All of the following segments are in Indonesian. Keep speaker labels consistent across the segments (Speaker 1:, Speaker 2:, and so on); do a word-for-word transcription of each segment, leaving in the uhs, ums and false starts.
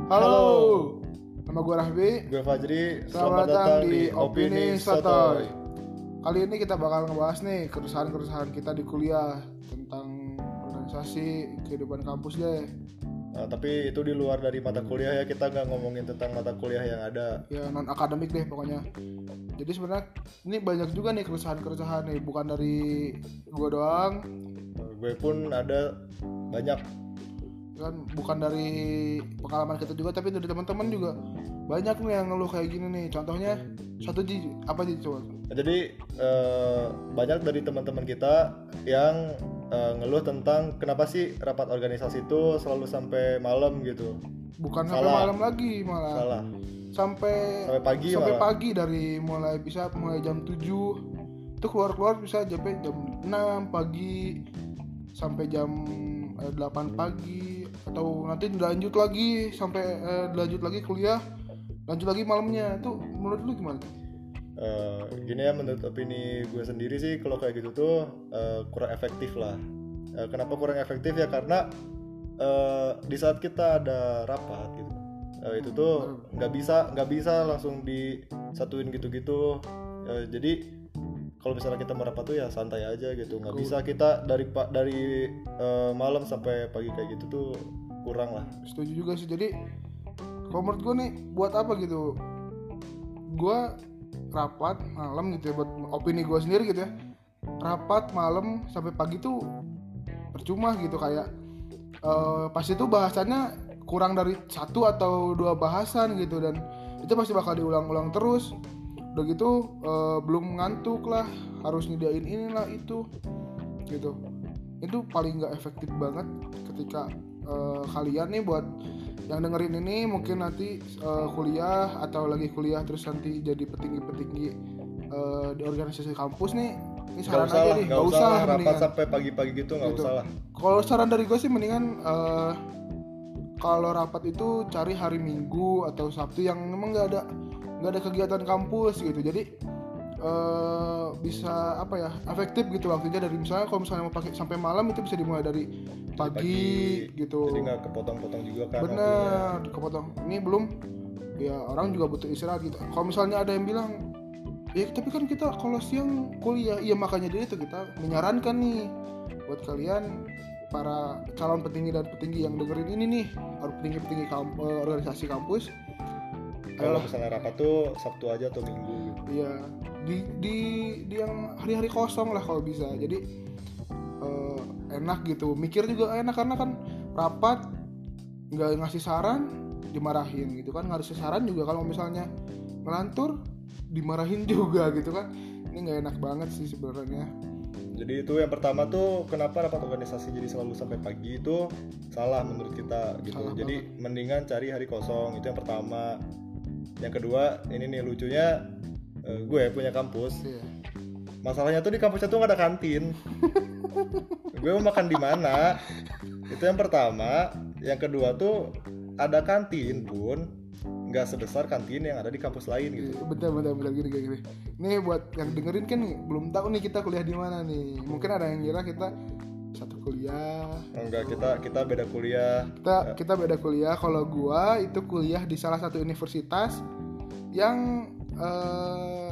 Speaker 1: Halo,
Speaker 2: Halo,
Speaker 1: nama gue Rahbi.
Speaker 2: gue Fajri.
Speaker 1: Selamat, datang di Opini Sotoy. Kali ini kita bakal ngebahas nih keresahan-keresahan kita di kuliah tentang organisasi, kehidupan kampus deh.
Speaker 2: Nah, tapi itu di luar dari mata kuliah ya, kita nggak ngomongin tentang mata kuliah yang ada.
Speaker 1: Ya non akademik deh pokoknya. Jadi sebenarnya ini banyak juga nih keresahan-keresahan nih, bukan dari gue doang.
Speaker 2: Nah, gue pun ada banyak.
Speaker 1: Kan bukan dari pengalaman kita juga, tapi dari teman-teman juga banyak nih yang ngeluh kayak gini nih. Contohnya satu ji apa sih coba?
Speaker 2: Nah, jadi eh, banyak dari teman-teman kita yang eh, ngeluh tentang kenapa sih rapat organisasi itu selalu sampai malam gitu.
Speaker 1: Bukan sampai
Speaker 2: Salah.
Speaker 1: malam lagi malah.
Speaker 2: Salah.
Speaker 1: Sampai
Speaker 2: Sampai pagi
Speaker 1: sampai
Speaker 2: malah.
Speaker 1: pagi dari mulai bisa mulai jam tujuh itu keluar-keluar bisa sampai jam enam pagi sampai jam eh, delapan pagi, atau nanti lanjut lagi sampai eh, lanjut lagi kuliah, lanjut lagi malamnya. Itu menurut lu gimana?
Speaker 2: Uh, gini ya, menurut opini gue sendiri sih kalau kayak gitu tuh uh, kurang efektif lah. Uh, kenapa kurang efektif ya? Karena uh, di saat kita ada rapat gitu, uh, itu tuh nggak bisa nggak bisa langsung disatuin gitu-gitu. Uh, jadi kalau misalnya kita merapat tuh ya santai aja gitu. Nggak bisa kita dari dari uh, malam sampai pagi kayak gitu tuh kurang lah.
Speaker 1: Setuju juga sih. Jadi kalau menurut gue nih, buat apa gitu gue rapat malam gitu ya, buat opini gue sendiri gitu ya, rapat malam sampai pagi tuh percuma gitu. Kayak uh, pasti tuh bahasannya kurang dari satu atau dua bahasan gitu, dan itu pasti bakal diulang-ulang terus. Udah gitu uh, belum ngantuk lah, harus nyediain inilah itu gitu. Itu paling nggak efektif banget ketika uh, kalian nih, buat yang dengerin ini mungkin nanti uh, kuliah atau lagi kuliah terus nanti jadi petinggi-petinggi uh, di organisasi kampus nih. Ini saran aja nih,
Speaker 2: nggak usah lah rapat sampai pagi-pagi gitu, nggak
Speaker 1: gitu.
Speaker 2: usah lah.
Speaker 1: Kalau saran dari gue sih mendingan uh, kalau rapat itu cari hari Minggu atau Sabtu yang memang nggak ada nggak ada kegiatan kampus gitu. Jadi uh, bisa apa ya, efektif gitu waktunya. Dari misalnya kalau misalnya mau pakai sampai malam, itu bisa dimulai dari pagi, pagi gitu.
Speaker 2: Jadi nggak kepotong-potong juga kan.
Speaker 1: Bener, kepotong. Ini belum ya, orang juga butuh istirahat gitu. Kalau misalnya ada yang bilang, ya tapi kan kita kalau siang kuliah, iya makanya dari itu kita menyarankan nih buat kalian para calon petinggi dan petinggi yang dengerin ini nih, harus petinggi-petinggi kamp- organisasi kampus.
Speaker 2: Kalau misalnya rapat tuh Sabtu aja atau Minggu gitu.
Speaker 1: Iya, di di di yang hari-hari kosong lah kalau bisa. Jadi eh, enak gitu, mikir juga enak karena kan rapat nggak ngasih saran dimarahin gitu kan, ngasih saran juga kalau misalnya ngelantur dimarahin juga gitu kan. Ini nggak enak banget sih sebenarnya.
Speaker 2: Jadi itu yang pertama tuh, kenapa rapat organisasi jadi selalu sampai pagi itu salah menurut kita gitu.
Speaker 1: Salah
Speaker 2: Jadi
Speaker 1: banget.
Speaker 2: mendingan cari hari kosong, itu yang pertama. Yang kedua, ini nih lucunya, uh, gue punya kampus.
Speaker 1: Iya.
Speaker 2: Masalahnya tuh di kampusnya tuh nggak ada kantin. Gue mau makan di mana? Itu yang pertama. Yang kedua tuh ada kantin pun nggak sebesar kantin yang ada di kampus lain gitu.
Speaker 1: Bentar, bentar, bentar, gini, gini. Nih buat yang dengerin kan belum tahu nih kita kuliah di mana nih. Mungkin ada yang ngira kita satu kuliah.
Speaker 2: Enggak, kita kita beda kuliah.
Speaker 1: Kita kita beda kuliah. Kalau gua itu kuliah di salah satu universitas yang eh,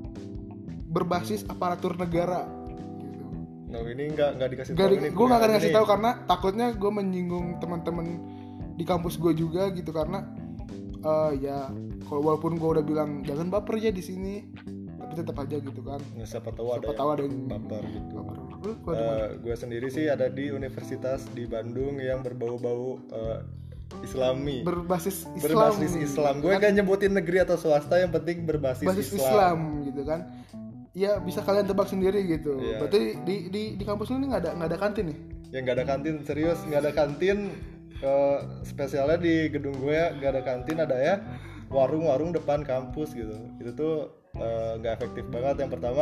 Speaker 1: berbasis aparatur negara. Gitu.
Speaker 2: No, ini nggak nggak dikasih
Speaker 1: Gak,
Speaker 2: tahu nih.
Speaker 1: gue nggak akan ngasih
Speaker 2: Ini.
Speaker 1: tahu karena takutnya gue menyinggung teman-teman di kampus gue juga gitu. Karena uh, ya kalau walaupun gue udah bilang jangan baper ya di sini, tapi tetap aja gitu kan.
Speaker 2: Nggak, siapa tahu
Speaker 1: Siapa
Speaker 2: ada
Speaker 1: tahu
Speaker 2: yang
Speaker 1: ada yang
Speaker 2: baper gitu.
Speaker 1: baper. Lu, gua di mana?
Speaker 2: Uh, gue sendiri sih ada di universitas di Bandung yang berbau-bau uh, Islami.
Speaker 1: Berbasis Islam.
Speaker 2: Berbasis Islam. Gue
Speaker 1: kan,
Speaker 2: gak nyebutin negeri atau swasta, yang penting berbasis
Speaker 1: basis
Speaker 2: Islam.
Speaker 1: Islam gitu kan. Ya bisa kalian tebak sendiri gitu.
Speaker 2: Iya.
Speaker 1: Berarti di di di kampus lu ini nggak ada nggak ada kantin nih?
Speaker 2: Ya nggak ada kantin, serius nggak ada kantin. Uh, spesialnya di gedung gue ya nggak ada kantin, ada ya warung-warung depan kampus gitu. Itu tuh nggak uh, efektif banget. Yang pertama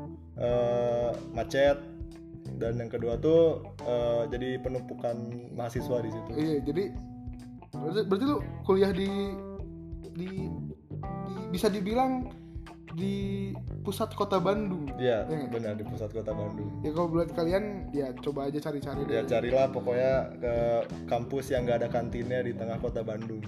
Speaker 2: uh, macet, dan yang kedua tuh uh, jadi penumpukan mahasiswa di situ.
Speaker 1: Iya, jadi berarti, berarti lu kuliah di, di di bisa dibilang di pusat kota Bandung.
Speaker 2: Iya,
Speaker 1: Ya nggak?
Speaker 2: benar di pusat kota Bandung.
Speaker 1: Ya kalau buat kalian ya coba aja cari-cari
Speaker 2: Ya
Speaker 1: deh.
Speaker 2: carilah pokoknya ke kampus yang nggak ada kantinnya di tengah kota Bandung.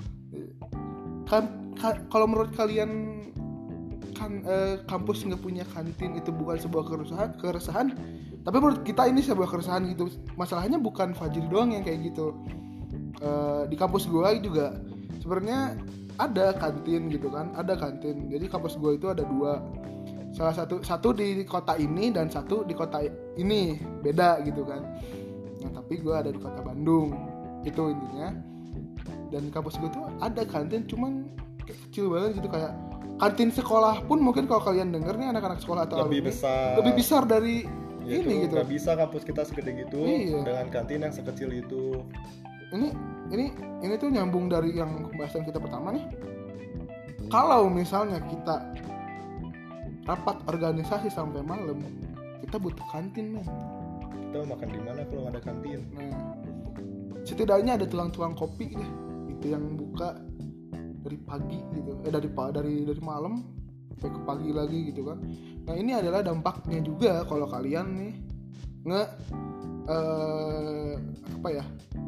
Speaker 1: Kan ka- kalau menurut kalian kan eh, kampus nggak punya kantin itu bukan sebuah keresahan, keresahan. Tapi menurut kita ini sebuah keresahan gitu. Masalahnya bukan Fajri doang yang kayak gitu. Eh, di kampus gua juga sebenarnya ada kantin gitu kan, ada kantin. Jadi kampus gua itu ada dua. Salah satu satu di kota ini dan satu di kota ini, beda gitu kan. Nah, tapi gua ada di kota Bandung. Itu intinya. Dan di kampus gua tuh ada kantin cuman kayak kecil banget gitu, kayak kantin sekolah pun mungkin kalau kalian denger nih anak-anak sekolah atau
Speaker 2: Lebih
Speaker 1: alumni,
Speaker 2: besar.
Speaker 1: lebih besar dari
Speaker 2: Ya,
Speaker 1: ini
Speaker 2: itu
Speaker 1: gitu.
Speaker 2: nggak bisa kampus kita segede gitu
Speaker 1: Iya.
Speaker 2: dengan kantin yang sekecil itu.
Speaker 1: Ini ini ini tuh nyambung dari yang pembahasan kita pertama nih. Kalau misalnya kita rapat organisasi sampai malam, kita butuh kantin nih.
Speaker 2: Kita mau makan di mana kalau nggak ada kantin?
Speaker 1: Nah, setidaknya ada tulang-tulang kopi deh, itu yang buka dari pagi gitu, eh dari pa- dari dari malam sampai ke pagi lagi gitu kan. Nah ini adalah dampaknya juga kalau kalian nih nge eh, apa ya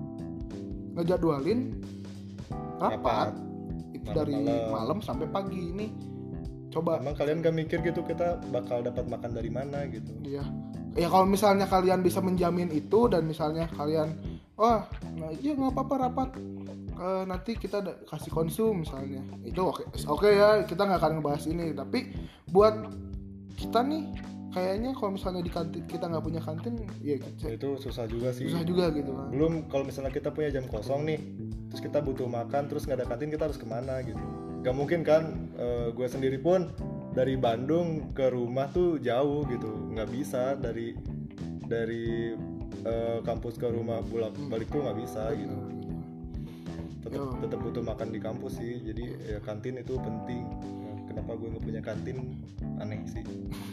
Speaker 1: ngejadwalin rapat,
Speaker 2: Rapat.
Speaker 1: itu
Speaker 2: Malam-malam.
Speaker 1: dari malam sampai pagi ini. Coba
Speaker 2: Emang kalian gak mikir gitu kita bakal dapat makan dari mana gitu?
Speaker 1: ya ya kalau misalnya kalian bisa menjamin itu dan misalnya kalian wah nah iya nggak apa-apa rapat, Eh, nanti kita da- kasih konsum misalnya, itu oke oke ya, kita nggak akan ngebahas ini. Tapi buat kita nih kayaknya kalau misalnya di kantin kita nggak punya kantin ya kita,
Speaker 2: Itu susah juga sih.
Speaker 1: susah juga gitu kan.
Speaker 2: Belum kalau misalnya kita punya jam kosong nih, terus kita butuh makan, terus nggak ada kantin, kita harus kemana gitu? Gak mungkin kan? gue sendiri pun dari Bandung ke rumah tuh jauh gitu, nggak bisa dari dari eh, kampus ke rumah bolak balik tuh nggak bisa gitu. Tetap
Speaker 1: Yo.
Speaker 2: tetap butuh makan di kampus sih, jadi ya kantin itu penting. Nah, kenapa gue nggak punya kantin? Aneh sih.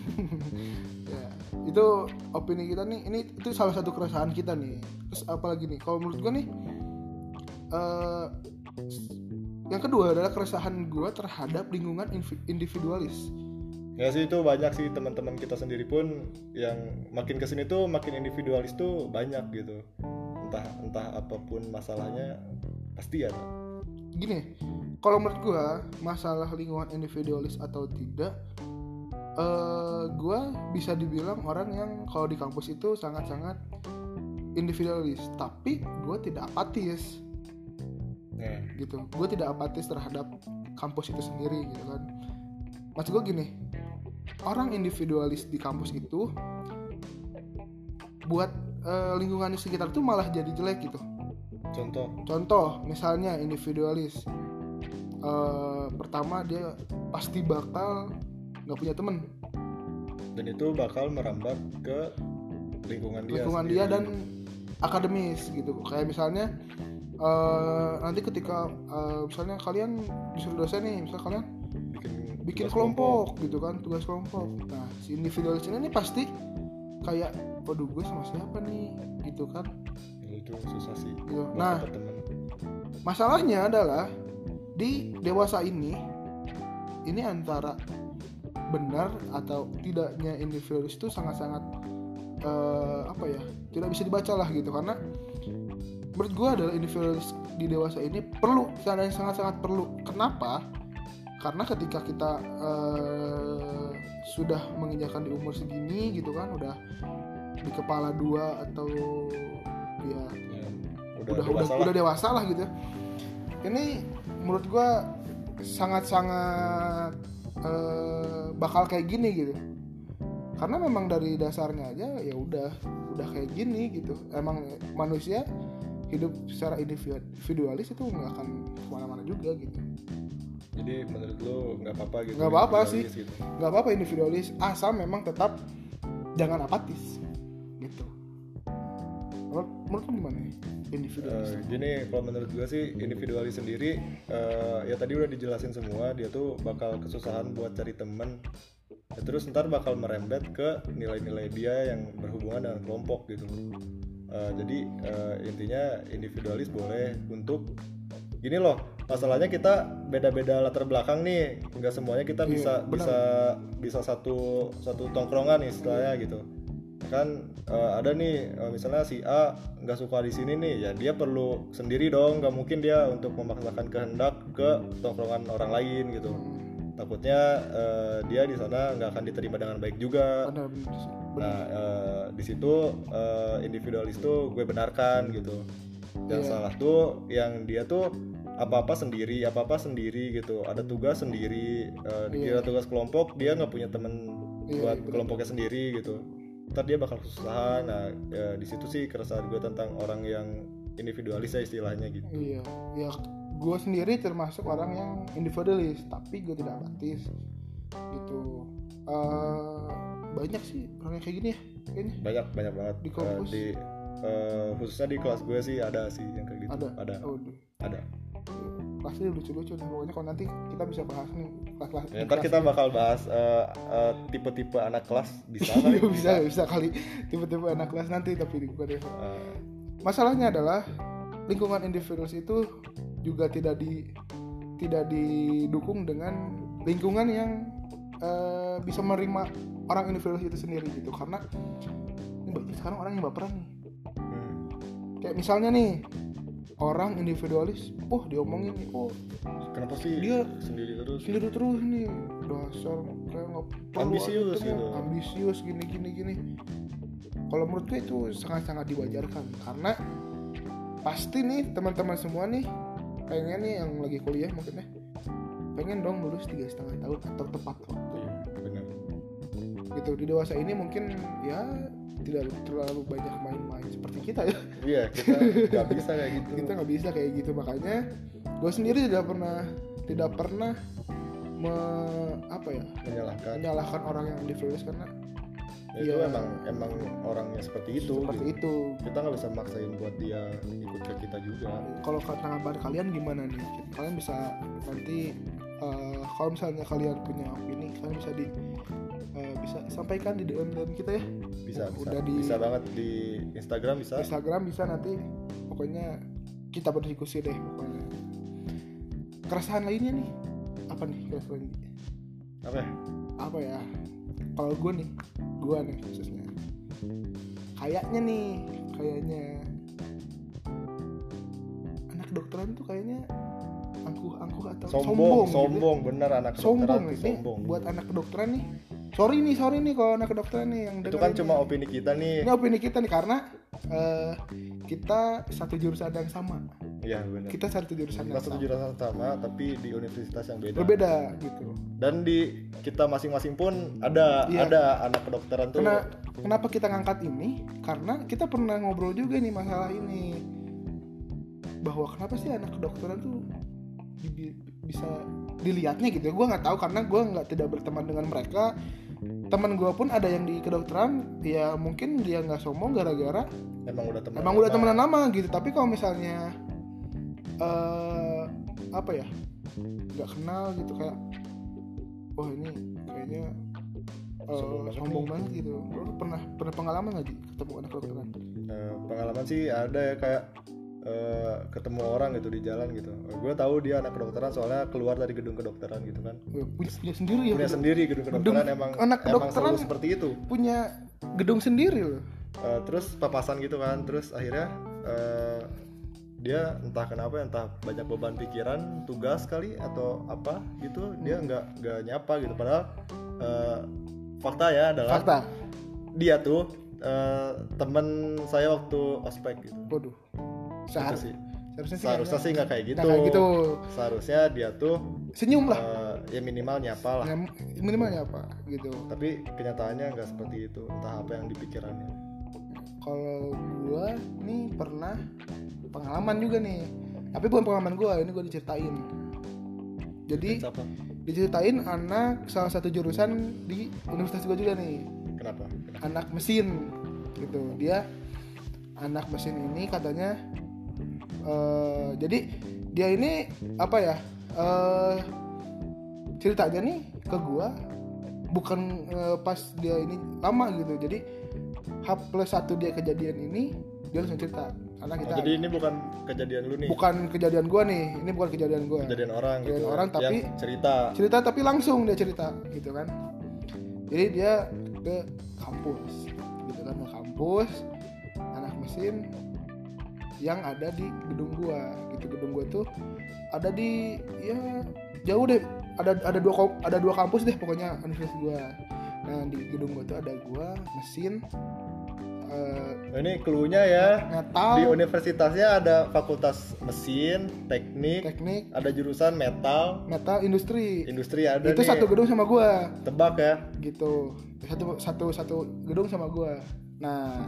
Speaker 1: Ya, itu opini kita nih. Ini itu salah satu keresahan kita nih. Terus apalagi nih? Kalau menurut gue nih, eh, yang kedua adalah keresahan gue terhadap lingkungan invi- individualis.
Speaker 2: Ya sih itu banyak sih teman-teman kita sendiri pun yang makin kesini tuh makin individualis tuh banyak gitu. Entah entah apapun masalahnya pasti ada.
Speaker 1: Gini, kalau menurut gue masalah lingkungan individualis atau tidak, eh gue bisa dibilang orang yang kalau di kampus itu sangat-sangat individualis, tapi gue tidak apatis
Speaker 2: Nah,
Speaker 1: gitu. Gue tidak apatis terhadap kampus itu sendiri gitu kan. Maksud gue gini, orang individualis di kampus itu buat eh, lingkungan di sekitar itu malah jadi jelek gitu.
Speaker 2: contoh
Speaker 1: Contoh misalnya individualis, eh, pertama dia pasti bakal nggak punya temen,
Speaker 2: dan itu bakal merambat ke lingkungan dia
Speaker 1: lingkungan
Speaker 2: sendiri.
Speaker 1: dia dan akademis gitu. Kayak misalnya eh, nanti ketika eh, misalnya kalian disuruh dosen nih, misalnya kalian
Speaker 2: bikin,
Speaker 1: bikin
Speaker 2: tugas
Speaker 1: kelompok gitu kan, tugas kelompok. Nah si individualis ini nih pasti kayak waduh gue sama siapa nih gitu kan.
Speaker 2: Ya, itu susah sih
Speaker 1: Gitu.
Speaker 2: buat
Speaker 1: Nah
Speaker 2: dapet temen.
Speaker 1: masalahnya adalah di dewasa ini ini antara benar atau tidaknya individualis itu sangat-sangat eh, apa ya, tidak bisa dibaca lah gitu. Karena menurut gue adalah individualis di dewasa ini perlu, dan sangat-sangat perlu. Kenapa? Karena ketika kita eh, sudah menginjakkan di umur segini gitu kan, udah di kepala dua atau ya
Speaker 2: Ya,
Speaker 1: udah udah
Speaker 2: dewasa
Speaker 1: udah,
Speaker 2: lah.
Speaker 1: dewasa lah gitu. Ini menurut gue sangat-sangat eh, bakal kayak gini gitu. Karena memang dari dasarnya aja ya udah udah kayak gini gitu. Emang manusia hidup secara individualis itu nggak akan kemana-mana juga gitu.
Speaker 2: Jadi menurut lu nggak apa-apa gitu?
Speaker 1: Nggak apa-apa sih.
Speaker 2: individualis gitu.
Speaker 1: Nggak apa-apa individualis, asal memang tetap jangan apatis gitu. Menurut, menurut lu gimana nih individualis?
Speaker 2: Eh, gini, kalau menurut gue sih individualis sendiri eh, ya tadi udah dijelasin semua, dia tuh bakal kesusahan buat cari temen. Ya, terus ntar bakal merembet ke nilai-nilai dia yang berhubungan dengan kelompok gitu. Eh, jadi eh, intinya individualis boleh untuk gini loh, masalahnya kita beda-beda latar belakang nih, nggak semuanya kita
Speaker 1: Iya,
Speaker 2: bisa
Speaker 1: benar.
Speaker 2: bisa bisa satu satu tongkrongan nih istilahnya gitu kan. eh, ada nih eh, misalnya si A nggak suka di sini nih, ya dia perlu sendiri dong, nggak mungkin dia untuk memaksakan kehendak ke tongkrongan orang lain gitu. Takutnya eh, dia di sana nggak akan diterima dengan baik juga.
Speaker 1: Benar, benar sih. Benar.
Speaker 2: Nah eh, di situ eh, individualis tuh gue benarkan gitu. Yang
Speaker 1: Iya.
Speaker 2: salah tuh yang dia tuh apa-apa sendiri, apa-apa sendiri gitu. Ada tugas sendiri, eh, dikira tugas kelompok, dia nggak punya temen
Speaker 1: Iya,
Speaker 2: buat
Speaker 1: benar.
Speaker 2: kelompoknya sendiri gitu. Ntar dia bakal kesusahan. Nah ya, di situ sih keresahan gue tentang orang yang individualis ya istilahnya gitu.
Speaker 1: Iya, ya gue sendiri termasuk orang yang individualis, tapi gue tidak apatis gitu. Eh, banyak sih orang yang kayak gini ya, kayaknya.
Speaker 2: Banyak banyak banget.
Speaker 1: Di
Speaker 2: Eh,
Speaker 1: kampus?
Speaker 2: di eh, khususnya di kelas gue sih ada sih yang kayak gitu.
Speaker 1: Ada.
Speaker 2: Ada.
Speaker 1: Oh, aduh.
Speaker 2: Ada.
Speaker 1: Kelasnya lucu-lucu nih, pokoknya kalau nanti kita bisa bahas nih kelas-kelas.
Speaker 2: Ya, ntar kita bakal bahas eh, eh, tipe-tipe anak kelas bisa kali.
Speaker 1: bisa bisa kali tiba-tiba anak kelas nanti, tapi di deh.
Speaker 2: Eh,
Speaker 1: Masalahnya adalah lingkungan individualis itu juga tidak di tidak didukung dengan lingkungan yang eh, bisa menerima orang individualis itu sendiri gitu, karena ini banyak sekarang orang yang baperan nih.
Speaker 2: hmm.
Speaker 1: Kayak misalnya nih orang individualis, oh diomongin nih, oh
Speaker 2: Kenapa sih
Speaker 1: Dia
Speaker 2: sendiri terus?
Speaker 1: sendiri terus nih, dasar kayak nggak perlu
Speaker 2: Ambisius
Speaker 1: ada temen,
Speaker 2: gitu.
Speaker 1: ambisius gini gini gini. Kalau menurut gue itu sangat-sangat diwajarkan, karena pasti nih teman-teman semua nih pengen nih yang lagi kuliah maksudnya pengen dong lulus tiga setengah tahun atau tepat waktu
Speaker 2: Iya, benar.
Speaker 1: gitu. Di dewasa ini mungkin ya tidak terlalu banyak main-main seperti kita ya.
Speaker 2: Iya, kita nggak bisa kayak gitu.
Speaker 1: Kita nggak bisa kayak gitu, makanya gue sendiri tidak pernah tidak pernah me, apa ya
Speaker 2: menyalahkan.
Speaker 1: menyalahkan orang yang individualis, karena
Speaker 2: Ya, itu
Speaker 1: Iya.
Speaker 2: emang emang orangnya seperti itu.
Speaker 1: seperti
Speaker 2: gitu.
Speaker 1: itu.
Speaker 2: Kita nggak bisa maksain buat dia ikut ke kita juga.
Speaker 1: Kalau kabar kalian gimana nih? Kalian bisa nanti uh, kalau misalnya kalian punya opini, kalian bisa di uh, bisa sampaikan di D M D M kita ya.
Speaker 2: Bisa, bisa,
Speaker 1: Udah di
Speaker 2: bisa banget di Instagram bisa.
Speaker 1: Instagram bisa, nanti pokoknya kita berdiskusi deh pokoknya. Keresahan lainnya nih apa nih keresahan lainnya?
Speaker 2: Apa? ya?
Speaker 1: Apa ya? Kalau gue nih, gue nih khususnya, kayaknya nih, kayaknya anak kedokteran tuh kayaknya angkuh-angkuh atau
Speaker 2: Sombong,
Speaker 1: sombong, gitu.
Speaker 2: sombong, bener anak
Speaker 1: Sombong
Speaker 2: kedokteran
Speaker 1: nih,
Speaker 2: tuh
Speaker 1: nih
Speaker 2: sombong.
Speaker 1: buat anak kedokteran nih. Sorry nih, sorry nih kalau anak kedokteran nih yang
Speaker 2: Itu
Speaker 1: dengerin
Speaker 2: kan cuma
Speaker 1: nih.
Speaker 2: opini kita nih.
Speaker 1: Ini opini kita nih, karena eh, kita satu jurusan yang sama.
Speaker 2: Iya benar.
Speaker 1: Kita satu jurusan
Speaker 2: Kita
Speaker 1: yang
Speaker 2: satu
Speaker 1: sama.
Speaker 2: jurusan sama tapi di universitas yang beda.
Speaker 1: Berbeda gitu.
Speaker 2: Dan di kita masing-masing pun ada
Speaker 1: Iya.
Speaker 2: ada anak kedokteran tuh.
Speaker 1: Kena, kenapa kita ngangkat ini? Karena kita pernah ngobrol juga nih masalah ini, bahwa kenapa sih anak kedokteran tuh di- bisa dilihatnya gitu ya. Gue nggak tahu karena gue nggak tidak berteman dengan mereka. Teman gue pun ada yang di kedokteran, ya mungkin dia nggak sombong gara-gara
Speaker 2: Emang udah teman.
Speaker 1: emang udah temenan lama gitu. Tapi kalau misalnya eh apa ya, nggak kenal gitu, kayak wah ini kayaknya eh,
Speaker 2: Sombong banget
Speaker 1: sombong
Speaker 2: nih.
Speaker 1: banget gitu. Lo pernah pernah pengalaman nggak Ji, ketemu anak kedokteran?
Speaker 2: Eh, pengalaman sih ada ya, kayak eh, ketemu orang gitu di jalan gitu. Gue tahu dia anak kedokteran soalnya keluar dari gedung kedokteran gitu kan.
Speaker 1: Ya, punya, punya sendiri ya,
Speaker 2: Punya
Speaker 1: gedung-
Speaker 2: sendiri gedung kedokteran,
Speaker 1: gedung-
Speaker 2: emang
Speaker 1: anak
Speaker 2: emang
Speaker 1: kedokteran
Speaker 2: selalu seperti itu.
Speaker 1: punya gedung sendiri loh.
Speaker 2: Eh, terus papasan gitu kan, terus akhirnya eh, dia entah kenapa, entah banyak beban pikiran, tugas kali atau apa gitu, dia nggak nggak nyapa gitu. Padahal eh, fakta ya adalah
Speaker 1: Fakta.
Speaker 2: dia tuh eh, temen saya waktu ospek gitu.
Speaker 1: Waduh. Sehar-
Speaker 2: Itu sih.
Speaker 1: Seharusnya sih
Speaker 2: Seharusnya sih nggak kayak gitu.
Speaker 1: nggak kayak gitu.
Speaker 2: Seharusnya dia tuh
Speaker 1: Senyum lah.
Speaker 2: eh, ya minimal nyapa lah.
Speaker 1: Ya, minimalnya apa gitu.
Speaker 2: Tapi kenyataannya nggak seperti itu. Entah apa yang dipikirannya.
Speaker 1: Kalau gua nih pernah pengalaman juga nih. Tapi bukan pengalaman gua, ini gua diceritain. Jadi
Speaker 2: Siapa?
Speaker 1: diceritain anak salah satu jurusan di universitas gua juga nih.
Speaker 2: Kenapa? Kenapa?
Speaker 1: Anak mesin gitu. Dia anak mesin ini katanya eh, jadi dia ini apa ya, eh, ceritanya nih ke gua bukan eh, pas dia ini lama gitu. Jadi H plus satu dia kejadian ini, dia langsung cerita karena kita
Speaker 2: Oh, jadi ini bukan kejadian lu nih.
Speaker 1: bukan kejadian gua nih, ini bukan kejadian gua.
Speaker 2: Kejadian orang
Speaker 1: Kejadian
Speaker 2: gitu.
Speaker 1: orang, tapi
Speaker 2: yang cerita.
Speaker 1: cerita tapi langsung dia cerita gitu kan. Jadi dia ke kampus gitu kan, ke kampus anak mesin yang ada di gedung gua gitu. Gedung gua tuh ada di ya jauh deh, ada ada dua ada dua kampus deh pokoknya universitas gua. Nah di gedung gua tuh ada gua mesin, uh,
Speaker 2: Nah, ini cluenya ya.
Speaker 1: metal,
Speaker 2: Di universitasnya ada fakultas mesin, teknik,
Speaker 1: teknik,
Speaker 2: ada jurusan metal,
Speaker 1: metal, industri.
Speaker 2: industri ada
Speaker 1: Itu
Speaker 2: nih.
Speaker 1: satu gedung sama gua
Speaker 2: Tebak ya.
Speaker 1: gitu, satu satu satu gedung sama gua. Nah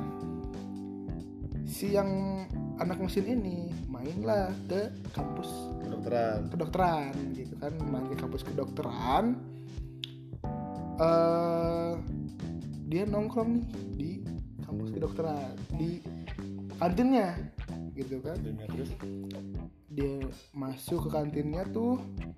Speaker 1: si yang anak mesin ini mainlah ke kampus
Speaker 2: Kedokteran.
Speaker 1: kedokteran gitu kan, main ke kampus kedokteran. Uh, dia nongkrong nih di kampus kedokteran di kantinnya gitu kan.
Speaker 2: Terus
Speaker 1: Dia masuk ke kantinnya tuh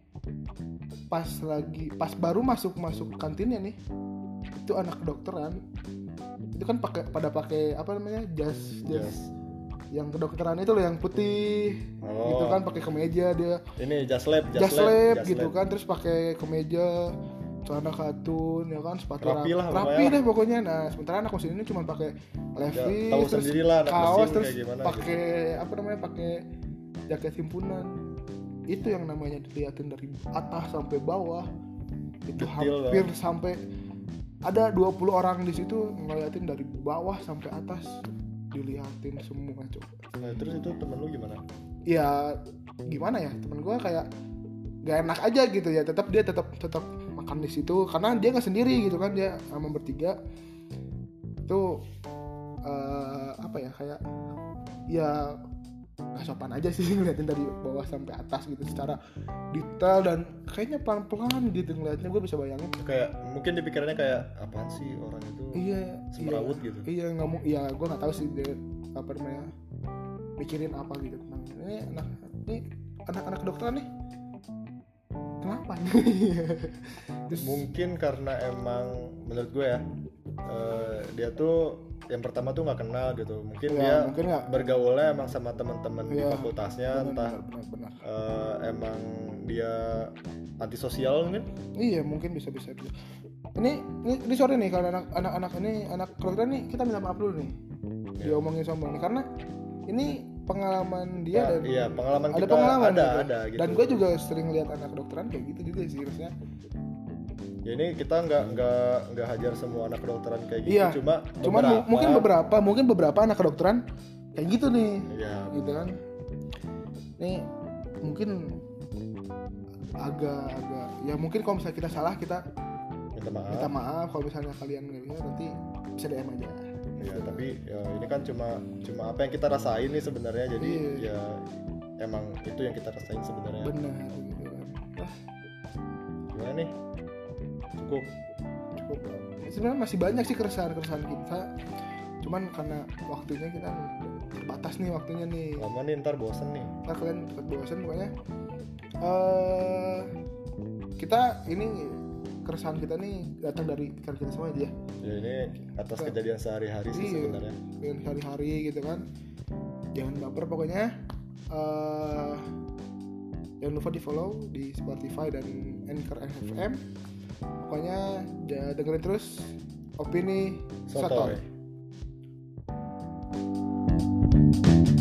Speaker 1: pas lagi pas baru masuk masuk kantinnya nih, itu anak kedokteran itu kan pakai pada pakai apa namanya jas jas
Speaker 2: Jas.
Speaker 1: yang kedokteran itu loh yang putih.
Speaker 2: Oh.
Speaker 1: Gitu kan, pakai kemeja dia
Speaker 2: ini jas lab,
Speaker 1: jas lab
Speaker 2: jas
Speaker 1: gitu
Speaker 2: lab.
Speaker 1: kan, terus pakai kemeja, celana katun ya kan, sepatu
Speaker 2: Rapi lah
Speaker 1: rapi
Speaker 2: pokoknya.
Speaker 1: deh pokoknya. Nah sementara anak mesin ini cuma pakai levis,
Speaker 2: Ya, tahu
Speaker 1: terus
Speaker 2: sendirilah anak
Speaker 1: kaos,
Speaker 2: mesin
Speaker 1: terus
Speaker 2: kayak gimana
Speaker 1: pakai apa namanya pakai jaket himpunan. Itu yang namanya dilihatin dari atas sampai bawah itu
Speaker 2: Detail
Speaker 1: hampir
Speaker 2: banget.
Speaker 1: sampai ada dua puluh orang di situ ngeliatin dari bawah sampai atas, dilihatin semua coba.
Speaker 2: Nah, terus itu temen lu gimana?
Speaker 1: Ya gimana ya, temen gue kayak gak enak aja gitu ya, tetap dia tetap tetap makan di situ karena dia nggak sendiri gitu kan, dia sama bertiga itu uh, apa ya kayak ya nggak sopan aja sih ngeliatin dari bawah sampai atas gitu secara detail, dan kayaknya pelan-pelan gitu ngeliatnya. Gue bisa bayangin
Speaker 2: Kayak mungkin di pikirannya kayak apaan sih orang itu?
Speaker 1: iya
Speaker 2: Semerawut
Speaker 1: iya,
Speaker 2: gitu.
Speaker 1: iya nggak mau, ya gue nggak tahu sih dia apa namanya mikirin apa gitu tentang ini anak ini anak-anak kedokteran nih kenapa terus
Speaker 2: Mungkin karena emang menurut gue ya eh, dia tuh yang pertama tuh nggak kenal gitu. Mungkin
Speaker 1: ya,
Speaker 2: dia
Speaker 1: mungkin nggak
Speaker 2: bergaulnya emang sama teman-teman di
Speaker 1: Iya,
Speaker 2: fakultasnya,
Speaker 1: benar,
Speaker 2: entah
Speaker 1: benar, benar.
Speaker 2: eh, emang dia antisosial mungkin.
Speaker 1: Iya mungkin bisa bisa bisa. Ini ini, ini sorry nih kalau anak anak anak ini anak kedokteran nih kita minta maaf dulu nih dia omongin sombong nih karena ini pengalaman dia
Speaker 2: Nah,
Speaker 1: dan
Speaker 2: iya, pengalaman
Speaker 1: ada
Speaker 2: kita
Speaker 1: pengalaman
Speaker 2: ada,
Speaker 1: gitu.
Speaker 2: ada gitu.
Speaker 1: Dan gue juga sering lihat anak kedokteran kayak gitu juga sih maksudnya.
Speaker 2: Ya ini kita nggak nggak nggak hajar semua anak kedokteran kayak gitu,
Speaker 1: Iya.
Speaker 2: cuma
Speaker 1: Cuman
Speaker 2: beberapa,
Speaker 1: mu- mungkin beberapa mungkin beberapa anak kedokteran kayak gitu nih.
Speaker 2: ya
Speaker 1: Gitu kan. Nih mungkin agak-agak ya mungkin kalau misalnya kita salah kita
Speaker 2: minta maaf.
Speaker 1: minta maaf, kalau misalnya kalian nggak bisa nanti bisa D M aja.
Speaker 2: Ya tapi ya ini kan cuma cuma apa yang kita rasain nih sebenarnya, jadi
Speaker 1: Iya.
Speaker 2: ya emang itu yang kita rasain sebenarnya.
Speaker 1: Benar gitu kan. Wah,
Speaker 2: Gimana nih? Cukup.
Speaker 1: cukup. Sebenarnya masih banyak sih keresahan-keresahan kita. Cuman karena waktunya kita terbatas nih waktunya nih.
Speaker 2: Lama nih ntar bosen nih.
Speaker 1: Ntar kalian cepet bosan pokoknya. Eh kita ini keresahan kita nih datang dari pikiran kita semua aja.
Speaker 2: Ya ini atas
Speaker 1: Kita-
Speaker 2: kejadian sehari-hari sih
Speaker 1: Iya,
Speaker 2: sebenarnya.
Speaker 1: dengan hari-hari gitu kan. Jangan baper pokoknya. Eh jangan lupa di follow di Spotify dan Anchor F M. Pokoknya ya, dengerin terus opini
Speaker 2: Sotoy.
Speaker 1: Sotoy.